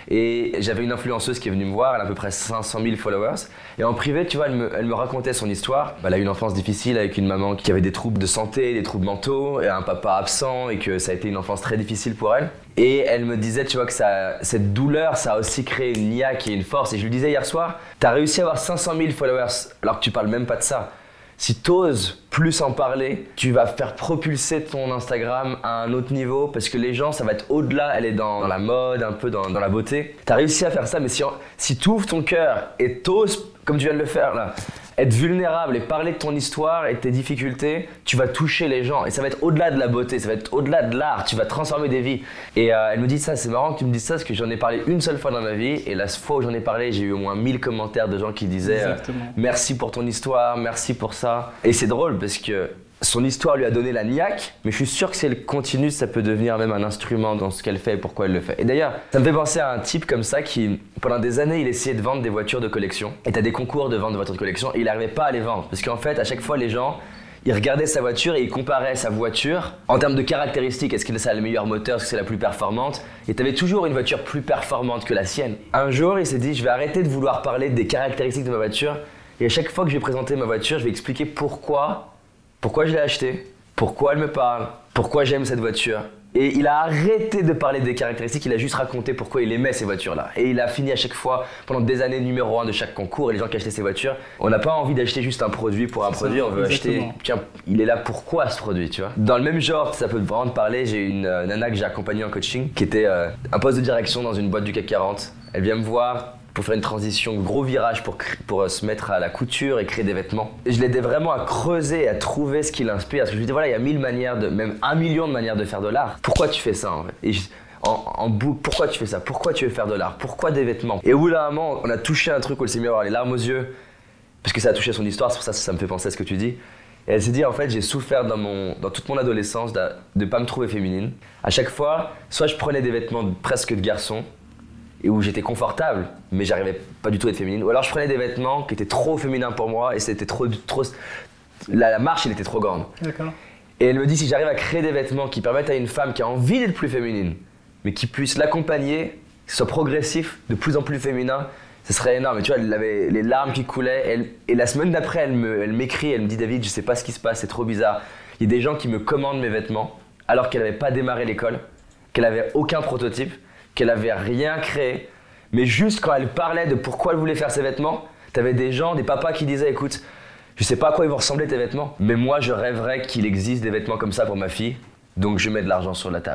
et j'avais une influenceuse qui est venue me voir, elle a à peu près cinq cent mille followers, et en privé, tu vois, elle me, elle me racontait son histoire. Elle a eu une enfance difficile avec une maman qui avait des troubles de santé, des troubles mentaux, et un papa absent, et que ça a été une enfance très difficile pour elle. Et elle me disait, tu vois, que ça, cette douleur, ça a aussi créé une niaque et une force. Et je lui disais hier soir, t'as réussi à avoir cinq cent mille followers, alors que tu parles même pas de ça. Si tu oses plus en parler, tu vas faire propulser ton Instagram à un autre niveau parce que les gens, ça va être au-delà, elle est dans, dans la mode, un peu dans, dans la beauté. Tu as réussi à faire ça, mais si, si tu ouvres ton cœur et t'oses, comme tu viens de le faire là, être vulnérable et parler de ton histoire et de tes difficultés, tu vas toucher les gens et ça va être au-delà de la beauté, ça va être au-delà de l'art, tu vas transformer des vies. Et euh, elle me dit ça, c'est marrant que tu me dises ça parce que j'en ai parlé une seule fois dans ma vie et la fois où j'en ai parlé, j'ai eu au moins mille commentaires de gens qui disaient euh, merci pour ton histoire, merci pour ça. Et c'est drôle parce que son histoire lui a donné la niaque, mais je suis sûr que si elle continue, ça peut devenir même un instrument dans ce qu'elle fait et pourquoi elle le fait. Et d'ailleurs, ça me fait penser à un type comme ça qui, pendant des années, il essayait de vendre des voitures de collection. Et t'as des concours de vente de voitures de collection et il n'arrivait pas à les vendre. Parce qu'en fait, à chaque fois, les gens, ils regardaient sa voiture et ils comparaient sa voiture en termes de caractéristiques. Est-ce que ça a le meilleur moteur, est-ce que c'est la plus performante? Et t'avais toujours une voiture plus performante que la sienne. Un jour, il s'est dit, je vais arrêter de vouloir parler des caractéristiques de ma voiture. Et à chaque fois que je vais présenter ma voiture, je vais expliquer pourquoi Pourquoi je l'ai achetée, pourquoi elle me parle, pourquoi j'aime cette voiture. Et il a arrêté de parler des caractéristiques, il a juste raconté pourquoi il aimait ces voitures-là. Et il a fini à chaque fois, pendant des années, numéro un de chaque concours. Et les gens qui achetaient ces voitures, on n'a pas envie d'acheter juste un produit pour un produit, on veut exactement. acheter, tiens, il est là pourquoi ce produit, tu vois. Dans le même genre, ça peut vraiment te parler, j'ai une euh, nana que j'ai accompagnée en coaching, qui était euh, un poste de direction dans une boîte du C A C quarante. Elle vient me voir pour faire une transition, gros virage pour, pour se mettre à la couture et créer des vêtements. Et je l'aidais vraiment à creuser, à trouver ce qui l'inspire. Parce que je lui disais, voilà, il y a mille manières, de, même un million de manières de faire de l'art. Pourquoi tu fais ça en fait? Et je, en, en boucle, pourquoi tu fais ça? Pourquoi tu veux faire de l'art? Pourquoi des vêtements? Et au bout d'un moment, on a touché un truc où elle s'est mis à avoir les larmes aux yeux. Parce que ça a touché son histoire, c'est pour ça que ça me fait penser à ce que tu dis. Et elle s'est dit, en fait, j'ai souffert dans, mon, dans toute mon adolescence de ne pas me trouver féminine. À chaque fois, soit je prenais des vêtements presque de garçon, et où j'étais confortable, mais j'arrivais pas du tout à être féminine. Ou alors je prenais des vêtements qui étaient trop féminins pour moi et c'était trop, trop la, la marche elle était trop grande. D'accord. Et elle me dit si j'arrive à créer des vêtements qui permettent à une femme qui a envie d'être plus féminine, mais qui puisse l'accompagner, que ce soit progressif, de plus en plus féminin, ce serait énorme. Et tu vois, elle avait les larmes qui coulaient. Elle, et la semaine d'après, elle, me, elle m'écrit, elle me dit David, je sais pas ce qui se passe, c'est trop bizarre. Il y a des gens qui me commandent mes vêtements alors qu'elle n'avait pas démarré l'école, qu'elle avait aucun prototype, qu'elle avait rien créé, mais juste quand elle parlait de pourquoi elle voulait faire ses vêtements, t'avais des gens, des papas qui disaient écoute, je sais pas à quoi ils vont ressembler tes vêtements, mais moi je rêverais qu'il existe des vêtements comme ça pour ma fille, donc je mets de l'argent sur la table.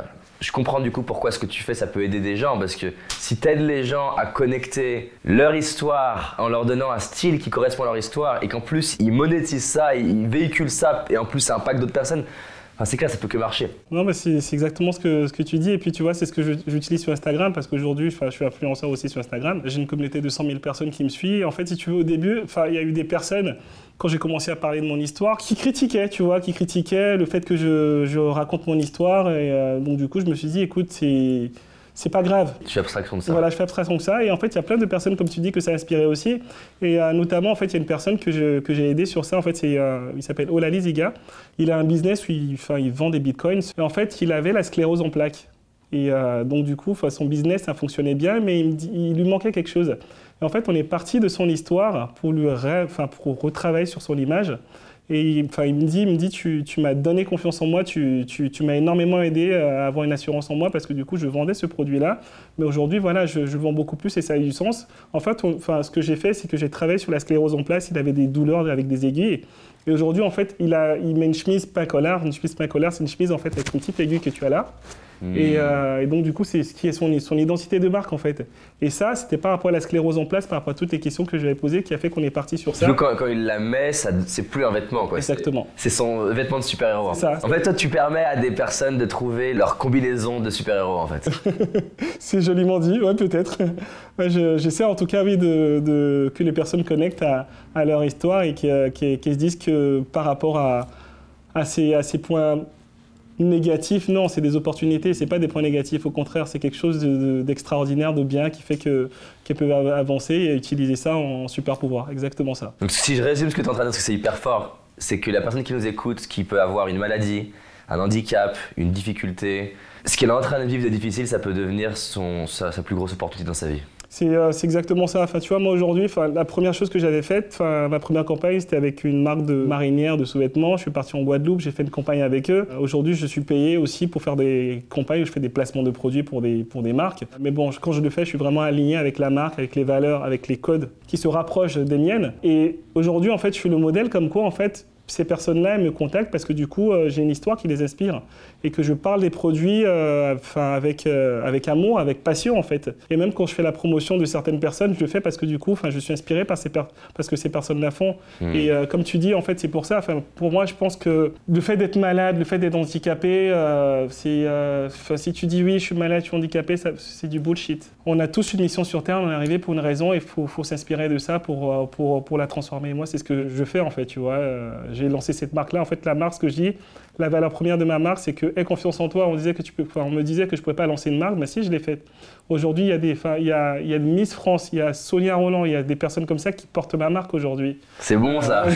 je comprends du coup pourquoi ce que tu fais, ça peut aider des gens, parce que si tu aides les gens à connecter leur histoire en leur donnant un style qui correspond à leur histoire et qu'en plus ils monétisent ça, ils véhiculent ça et en plus ça impacte d'autres personnes, enfin, c'est clair, ça peut que marcher. Non, mais c'est exactement ce que, ce que tu dis. Et puis, tu vois, c'est ce que j'utilise sur Instagram parce qu'aujourd'hui, je suis influenceur aussi sur Instagram. J'ai une communauté de cent mille personnes qui me suivent. En fait, si tu veux, au début, il y a eu des personnes, quand j'ai commencé à parler de mon histoire, qui critiquaient, tu vois, qui critiquaient le fait que je, je raconte mon histoire. Et euh, donc, du coup, je me suis dit, écoute, c'est... c'est pas grave. Tu fais abstraction de ça. Voilà, je fais abstraction de ça. Et en fait, il y a plein de personnes, comme tu dis, que ça a inspiré aussi. Et euh, notamment, en fait, il y a une personne que j'ai que j'ai aidé sur ça. En fait, c'est, euh, il s'appelle Olali Ziga. Il a un business où il, il vend des bitcoins. Et en fait, il avait la sclérose en plaques. Et euh, donc, du coup, son business, ça fonctionnait bien, mais il, me dit, il lui manquait quelque chose. Et en fait, on est parti de son histoire pour, lui ré, pour retravailler sur son image. Et il, il me dit, il me dit tu, tu m'as donné confiance en moi, tu, tu, tu m'as énormément aidé à avoir une assurance en moi parce que du coup, je vendais ce produit-là. Mais aujourd'hui, voilà, je, je vends beaucoup plus et ça a du sens. En fait, on, enfin, ce que j'ai fait, c'est que j'ai travaillé sur la sclérose en plaques. Il avait des douleurs avec des aiguilles. Et aujourd'hui, en fait, il, a, il met une chemise pain collard. Une chemise pain collard, c'est une chemise en fait, avec une petite aiguille que tu as là. Mmh. Et, euh, et donc, du coup, c'est ce qui est son, son identité de marque, en fait. Et ça, c'était par rapport à la sclérose en plaques, par rapport à toutes les questions que j'avais posées, qui a fait qu'on est parti sur ça. Donc, quand, quand il la met, ça, c'est plus un vêtement, quoi. Exactement. C'est son vêtement de super-héros. Ça. En fait, toi, tu permets à des personnes de trouver leur combinaison de super-héros, en fait. C'est joliment dit, ouais, peut-être. Ouais, j'essaie en tout cas, oui, de, de, que les personnes connectent à, à leur histoire et qu'elles qu qu se disent que par rapport à, à, ces, à ces points négatifs, non, c'est des opportunités, c'est pas des points négatifs. Au contraire, c'est quelque chose d'extraordinaire, de, de bien qui fait que qu'elles peuvent avancer et utiliser ça en super pouvoir. Exactement ça. Donc si je résume ce que tu es en train de dire, parce que c'est hyper fort, c'est que la personne qui nous écoute, qui peut avoir une maladie, un handicap, une difficulté, ce qu'elle est en train de vivre de difficile, ça peut devenir son, sa, sa plus grosse opportunité dans sa vie. C'est euh, exactement ça. Enfin, tu vois, moi aujourd'hui, la première chose que j'avais faite, ma première campagne, c'était avec une marque de marinière de sous-vêtements. Je suis parti en Guadeloupe, j'ai fait une campagne avec eux. Aujourd'hui, je suis payé aussi pour faire des campagnes où je fais des placements de produits pour des, pour des marques. Mais bon, quand je le fais, je suis vraiment aligné avec la marque, avec les valeurs, avec les codes qui se rapprochent des miennes. Et aujourd'hui, en fait, je suis le modèle comme quoi, en fait, ces personnes-là me contactent parce que du coup, euh, j'ai une histoire qui les inspire et que je parle des produits euh, avec, euh, avec amour, avec passion en fait. Et même quand je fais la promotion de certaines personnes, je le fais parce que du coup, je suis inspiré par ces parce que ces personnes-là font. Mmh. Et euh, comme tu dis, en fait, c'est pour ça. Pour moi, je pense que le fait d'être malade, le fait d'être handicapé, euh, c'est, euh, si tu dis oui, je suis malade, je suis handicapé, c'est du bullshit. On a tous une mission sur Terre, on est arrivé pour une raison et il faut, faut s'inspirer de ça pour, pour, pour la transformer. Et moi, c'est ce que je fais en fait, tu vois. Euh, j'ai lancé cette marque-là. En fait, la marque, ce que je dis, la valeur première de ma marque, c'est que aie confiance en toi. On, disait que tu peux, enfin, on me disait que je ne pouvais pas lancer une marque, mais si, je l'ai faite. Aujourd'hui, il y a des, enfin, il y a, il y a Miss France, il y a Sonia Roland, il y a des personnes comme ça qui portent ma marque aujourd'hui. C'est bon, ça.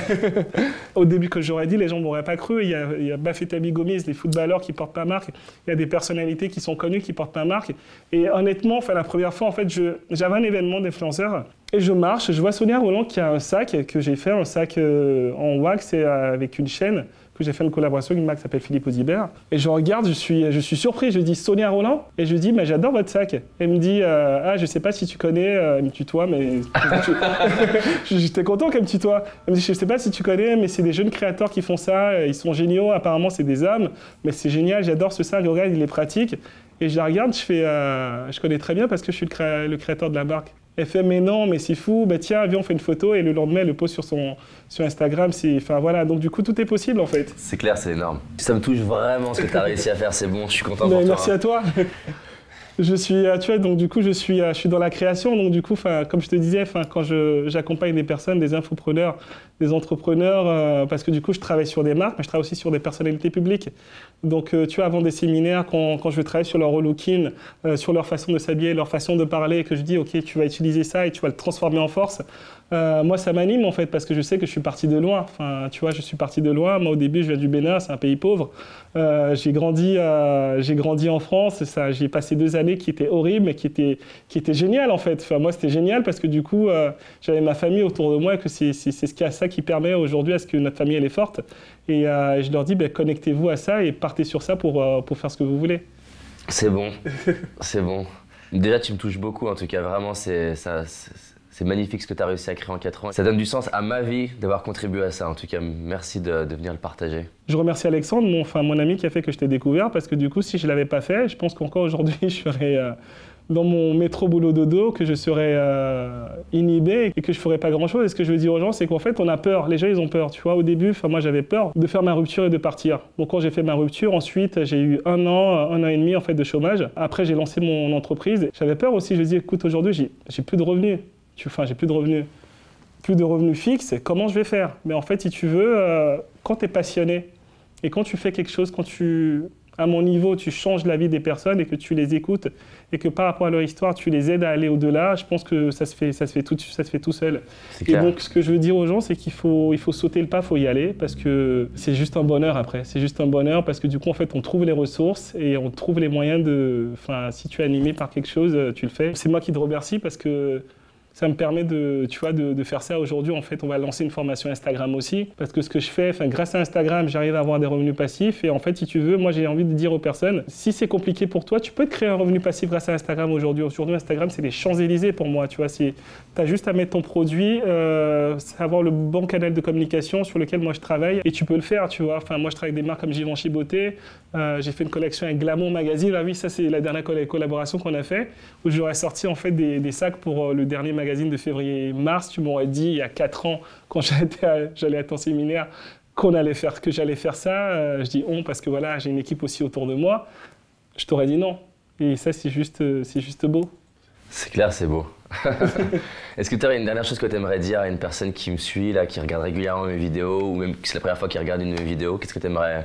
Au début, que j'aurais dit, les gens ne m'auraient pas cru. Il y a, il y a Bafétabi Gomis, les footballeurs qui portent ma marque. Il y a des personnalités qui sont connues qui portent ma marque. Et honnêtement, enfin, la première fois, en fait, j'avais un événement d'influenceur. Et je marche, je vois Sonia Roland qui a un sac que j'ai fait, un sac euh, en wax et euh, avec une chaîne que j'ai fait une collaboration avec une marque qui s'appelle Philippe Audibert. Et je regarde, je suis, je suis surpris, je dis Sonia Roland et je lui dis mais j'adore votre sac. Elle me dit euh, ah je sais pas si tu connais, euh, elle me tutoie mais j'étais content qu'elle me tutoie. Elle me dit je sais pas si tu connais mais c'est des jeunes créateurs qui font ça, ils sont géniaux, apparemment c'est des hommes, mais c'est génial, j'adore ce sac, regarde il est pratique. Et je la regarde, je fais euh, je connais très bien parce que je suis le, cré le créateur de la marque. Elle fait mais non, mais c'est fou, bah tiens, viens on fait une photo et le lendemain elle le pose sur son sur Instagram, c'est enfin voilà, donc du coup tout est possible en fait. C'est clair, c'est énorme. Ça me touche vraiment ce que tu as réussi à faire, c'est bon, je suis content mais pour merci toi. Merci à toi. Je suis, tu vois, donc du coup je suis, je suis dans la création, donc du coup, comme je te disais, quand j'accompagne des personnes, des infopreneurs, des entrepreneurs, euh, parce que du coup je travaille sur des marques, mais je travaille aussi sur des personnalités publiques. Donc euh, tu vois, avant des séminaires, quand, quand je travaille sur leur relooking, euh, sur leur façon de s'habiller, leur façon de parler, et que je dis ok, tu vas utiliser ça et tu vas le transformer en force. Euh, moi, ça m'anime en fait parce que je sais que je suis parti de loin. Enfin, tu vois, je suis parti de loin. Moi, au début, je viens du Bénin, c'est un pays pauvre. Euh, j'ai grandi, euh, j'ai grandi en France. Ça, j'y ai passé deux années qui étaient horribles, mais qui étaient, qui étaient géniales en fait. Enfin, moi, c'était génial parce que du coup, euh, j'avais ma famille autour de moi et que c'est ce qui a ça qui permet aujourd'hui à ce que notre famille elle est forte. Et euh, je leur dis, ben, connectez-vous à ça et partez sur ça pour euh, pour faire ce que vous voulez. C'est bon, c'est bon. Déjà, tu me touches beaucoup. En tout cas, vraiment, c'est ça. C'est magnifique ce que tu as réussi à créer en quatre ans. Ça donne du sens à ma vie d'avoir contribué à ça. En tout cas, merci de, de venir le partager. Je remercie Alexandre, mon, enfin, mon ami qui a fait que je t'ai découvert, parce que du coup, si je ne l'avais pas fait, je pense qu'encore aujourd'hui, je serais euh, dans mon métro boulot dodo, que je serais euh, inhibé et que je ne ferais pas grand-chose. Et ce que je veux dire aux gens, c'est qu'en fait, on a peur. Les gens, ils ont peur. Tu vois, au début, moi, j'avais peur de faire ma rupture et de partir. Donc, quand j'ai fait ma rupture, ensuite, j'ai eu un an, un an et demi en fait, de chômage. Après, j'ai lancé mon entreprise. J'avais peur aussi. Je me dis, écoute, aujourd'hui, j'ai, j'ai plus de revenus. Enfin, j'ai plus de revenus. Plus de revenus fixes. Comment je vais faire? Mais en fait, si tu veux, euh, quand tu es passionné et quand tu fais quelque chose, quand tu... à mon niveau, tu changes la vie des personnes et que tu les écoutes et que par rapport à leur histoire, tu les aides à aller au-delà, je pense que ça se fait, ça se fait, tout, ça se fait tout seul. Et donc, ce que je veux dire aux gens, c'est qu'il faut, il faut sauter le pas, il faut y aller parce que c'est juste un bonheur après. C'est juste un bonheur parce que du coup, en fait, on trouve les ressources et on trouve les moyens de... Enfin, si tu es animé par quelque chose, tu le fais. C'est moi qui te remercie parce que ça me permet de, tu vois, de, de faire ça aujourd'hui. En fait, on va lancer une formation Instagram aussi. Parce que ce que je fais, enfin, grâce à Instagram, j'arrive à avoir des revenus passifs. Et en fait, si tu veux, moi, j'ai envie de dire aux personnes, si c'est compliqué pour toi, tu peux te créer un revenu passif grâce à Instagram aujourd'hui. Aujourd'hui, Instagram, c'est les Champs-Élysées pour moi. Tu vois, tu as juste à mettre ton produit, euh, avoir le bon canal de communication sur lequel moi, je travaille. Et tu peux le faire, tu vois. Enfin, moi, je travaille avec des marques comme Givenchy Beauté. Euh, j'ai fait une collection avec Glamour Magazine. Ah oui, ça, c'est la dernière collaboration qu'on a fait, où j'aurais sorti en fait des, des sacs pour le dernier magazine de février-mars. Tu m'aurais dit il y a quatre ans, quand j'allais à ton séminaire, qu'on allait faire, que j'allais faire ça. Euh, je dis on parce que voilà, j'ai une équipe aussi autour de moi. Je t'aurais dit non. Et ça, c'est juste, c'est juste beau. C'est clair, c'est beau. Est-ce que tu aurais une dernière chose que tu aimerais dire à une personne qui me suit, là, qui regarde régulièrement mes vidéos, ou même que c'est la première fois qu'il regarde une vidéo? Qu'est-ce que tu aimerais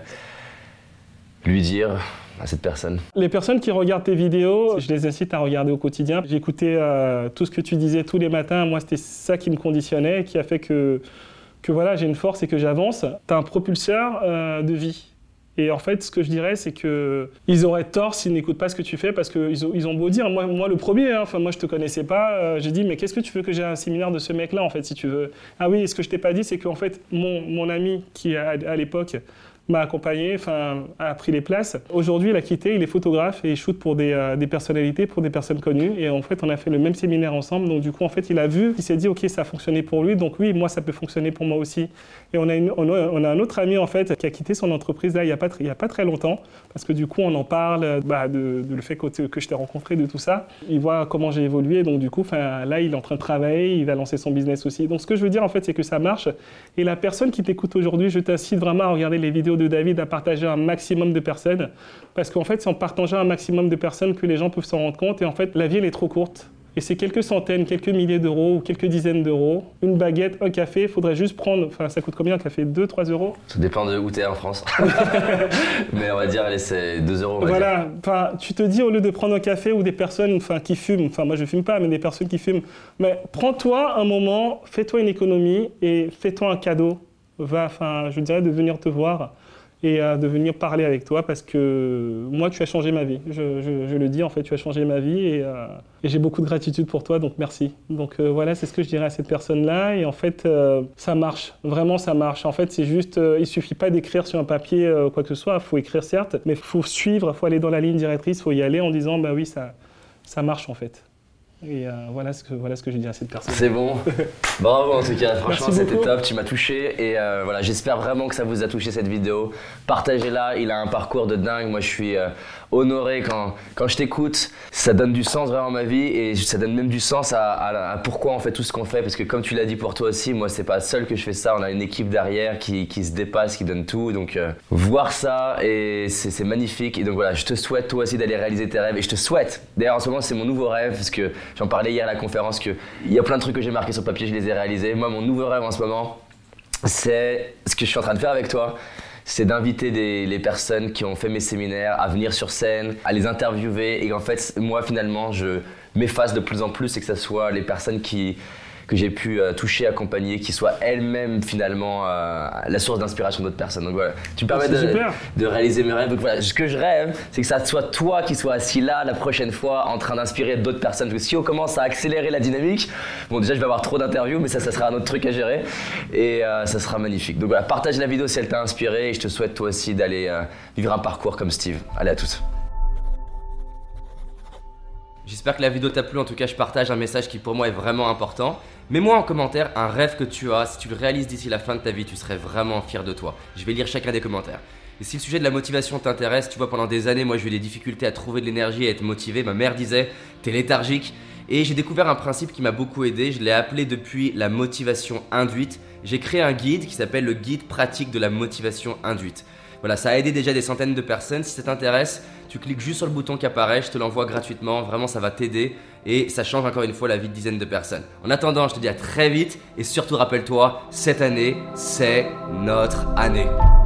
lui dire à cette personne? Les personnes qui regardent tes vidéos, je les incite à regarder au quotidien. J'écoutais euh, tout ce que tu disais tous les matins. Moi, c'était ça qui me conditionnait, qui a fait que, que voilà, j'ai une force et que j'avance. Tu as un propulseur euh, de vie. Et en fait, ce que je dirais, c'est qu'ils auraient tort s'ils n'écoutent pas ce que tu fais, parce qu'ils ont, ils ont beau dire, moi, moi le premier, hein, enfin, moi je te connaissais pas, euh, j'ai dit, mais qu'est-ce que tu veux que j'ai un séminaire de ce mec-là, en fait, si tu veux? Ah oui, et ce que je t'ai pas dit, c'est qu'en fait, mon, mon ami qui, à, à l'époque, m'a accompagné, enfin, a pris les places. Aujourd'hui, il a quitté, il est photographe et il shoot pour des, euh, des personnalités, pour des personnes connues. Et en fait, on a fait le même séminaire ensemble. Donc du coup, en fait, il a vu, il s'est dit, ok, ça a fonctionné pour lui. Donc oui, moi, ça peut fonctionner pour moi aussi. Et on a, une, on a, on a un autre ami, en fait, qui a quitté son entreprise là, il n'y a, pas, il y a pas très longtemps. Parce que du coup, on en parle bah, de, de le fait que, que je t'ai rencontré, de tout ça. Il voit comment j'ai évolué. Donc du coup, là, il est en train de travailler, il va lancer son business aussi. Donc ce que je veux dire, en fait, c'est que ça marche. Et la personne qui t'écoute aujourd'hui, je t'incite vraiment à regarder les vidéos de David, à partager un maximum de personnes, parce qu'en fait, c'est en partageant un maximum de personnes que les gens peuvent s'en rendre compte, et en fait, la vie, elle est trop courte. Et c'est quelques centaines, quelques milliers d'euros ou quelques dizaines d'euros. Une baguette, un café, il faudrait juste prendre... Enfin, ça coûte combien un café? deux, trois euros? Ça dépend de où tu es en France. Mais on va dire, allez, c'est deux euros. Voilà. Enfin, tu te dis, au lieu de prendre un café ou des personnes enfin, qui fument, enfin, moi je ne fume pas, mais des personnes qui fument, mais prends-toi un moment, fais-toi une économie et fais-toi un cadeau. Va, enfin, je dirais de venir te voir et euh, de venir parler avec toi, parce que moi, tu as changé ma vie. Je, je, je le dis, en fait, tu as changé ma vie et, euh, et j'ai beaucoup de gratitude pour toi, donc merci. Donc euh, voilà, c'est ce que je dirais à cette personne-là. Et en fait, euh, ça marche. Vraiment, ça marche. En fait, c'est juste, euh, il ne suffit pas d'écrire sur un papier euh, quoi que ce soit. Il faut écrire, certes, mais il faut suivre, il faut aller dans la ligne directrice, il faut y aller en disant, bah oui, ça, ça marche, en fait. Et euh, voilà, ce que, voilà ce que je dis à cette personne. C'est bon. Bravo en tout cas, franchement c'était top, tu m'as touché et euh, voilà, j'espère vraiment que ça vous a touché cette vidéo. Partagez-la, il a un parcours de dingue, moi je suis euh, honoré quand, quand je t'écoute, ça donne du sens vraiment à ma vie et ça donne même du sens à, à, à pourquoi on fait tout ce qu'on fait, parce que comme tu l'as dit pour toi aussi, moi c'est pas seul que je fais ça, on a une équipe derrière qui, qui se dépasse, qui donne tout, donc euh, voir ça et c'est magnifique. Et donc voilà, je te souhaite toi aussi d'aller réaliser tes rêves et je te souhaite, d'ailleurs en ce moment c'est mon nouveau rêve, parce que j'en parlais hier à la conférence, qu'il y a plein de trucs que j'ai marqués sur papier, je les ai réalisés. Moi, mon nouveau rêve en ce moment, c'est ce que je suis en train de faire avec toi, c'est d'inviter les personnes qui ont fait mes séminaires à venir sur scène, à les interviewer et qu'en fait, moi, finalement, je m'efface de plus en plus et que ce soit les personnes qui, que j'ai pu euh, toucher, accompagner, qui soient elles-mêmes finalement euh, la source d'inspiration d'autres personnes. Donc voilà, tu me permets de, de réaliser mes rêves. Donc voilà, ce que je rêve, c'est que ça soit toi qui sois assis là la prochaine fois en train d'inspirer d'autres personnes. Parce que si on commence à accélérer la dynamique, bon déjà je vais avoir trop d'interviews, mais ça, ça sera un autre truc à gérer et euh, ça sera magnifique. Donc voilà, partage la vidéo si elle t'a inspiré et je te souhaite toi aussi d'aller euh, vivre un parcours comme Steve. Allez, à tous. J'espère que la vidéo t'a plu, en tout cas je partage un message qui pour moi est vraiment important. Mets-moi en commentaire un rêve que tu as, si tu le réalises d'ici la fin de ta vie, tu serais vraiment fier de toi. Je vais lire chacun des commentaires. Et si le sujet de la motivation t'intéresse, tu vois pendant des années moi j'ai eu des difficultés à trouver de l'énergie et à être motivé. Ma mère disait t'es léthargique. Et j'ai découvert un principe qui m'a beaucoup aidé, je l'ai appelé depuis la motivation induite. J'ai créé un guide qui s'appelle le guide pratique de la motivation induite. Voilà, ça a aidé déjà des centaines de personnes. Si ça t'intéresse, tu cliques juste sur le bouton qui apparaît, je te l'envoie gratuitement. Vraiment, ça va t'aider et ça change encore une fois la vie de dizaines de personnes. En attendant, je te dis à très vite et surtout rappelle-toi, cette année, c'est notre année.